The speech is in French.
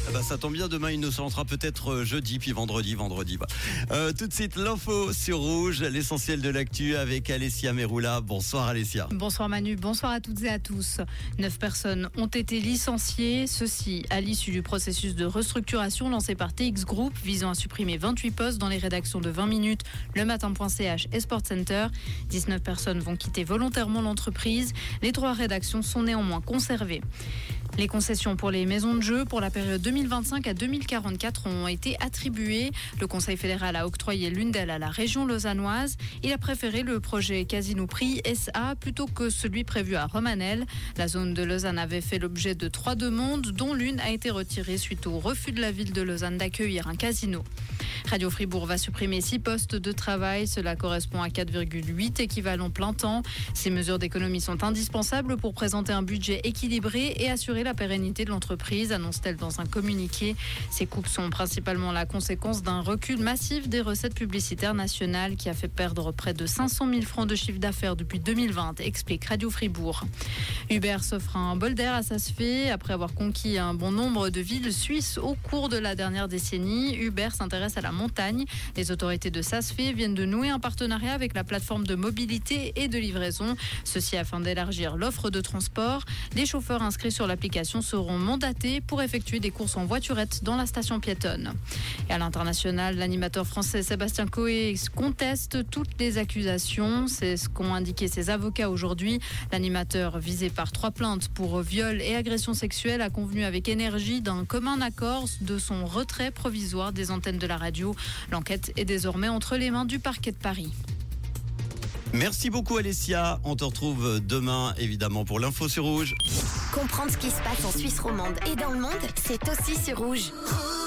Ça tombe bien, demain il nous sera peut-être jeudi, puis vendredi. Tout de suite, l'info sur Rouge, l'essentiel de l'actu avec Alessia Meroula. Bonsoir Alessia. Bonsoir Manu, bonsoir à toutes et à tous. 9 personnes ont été licenciées, ceci à l'issue du processus de restructuration lancé par TX Group visant à supprimer 28 postes dans les rédactions de 20 minutes, Le Matin.ch et Sport Center. 19 personnes vont quitter volontairement l'entreprise. Les 3 rédactions sont néanmoins conservées. Les concessions pour les maisons de jeux pour la période 2025 à 2044 ont été attribuées. Le Conseil fédéral a octroyé l'une d'elles à la région lausannoise. Il a préféré le projet Casino Prix SA plutôt que celui prévu à Romanel. La zone de Lausanne avait fait l'objet de 3 demandes, dont l'une a été retirée suite au refus de la ville de Lausanne d'accueillir un casino. Radio Fribourg va supprimer 6 postes de travail. Cela correspond à 4,8 équivalents plein temps. Ces mesures d'économie sont indispensables pour présenter un budget équilibré et assurer la pérennité de l'entreprise, annonce-t-elle dans un communiqué. Ces coupes sont principalement la conséquence d'un recul massif des recettes publicitaires nationales qui a fait perdre près de 500 000 francs de chiffre d'affaires depuis 2020, explique Radio Fribourg. Uber s'offre un bol d'air à Saas-Fee. Après avoir conquis un bon nombre de villes suisses au cours de la dernière décennie, Uber s'intéresse à la montagne. Les autorités de Saas-Fee viennent de nouer un partenariat avec la plateforme de mobilité et de livraison. Ceci afin d'élargir l'offre de transport. Les chauffeurs inscrits sur l'application seront mandatés pour effectuer des courses en voiturette dans la station piétonne. Et à l'international, l'animateur français Sébastien Coé conteste toutes les accusations. C'est ce qu'ont indiqué ses avocats aujourd'hui. L'animateur, visé par 3 plaintes pour viol et agression sexuelle, a convenu avec énergie d'un commun accord de son retrait provisoire des antennes de la radio. L'enquête est désormais entre les mains du parquet de Paris. Merci beaucoup Alessia. On te retrouve demain évidemment pour l'info sur Rouge. Comprendre ce qui se passe en Suisse romande et dans le monde, c'est aussi sur Rouge.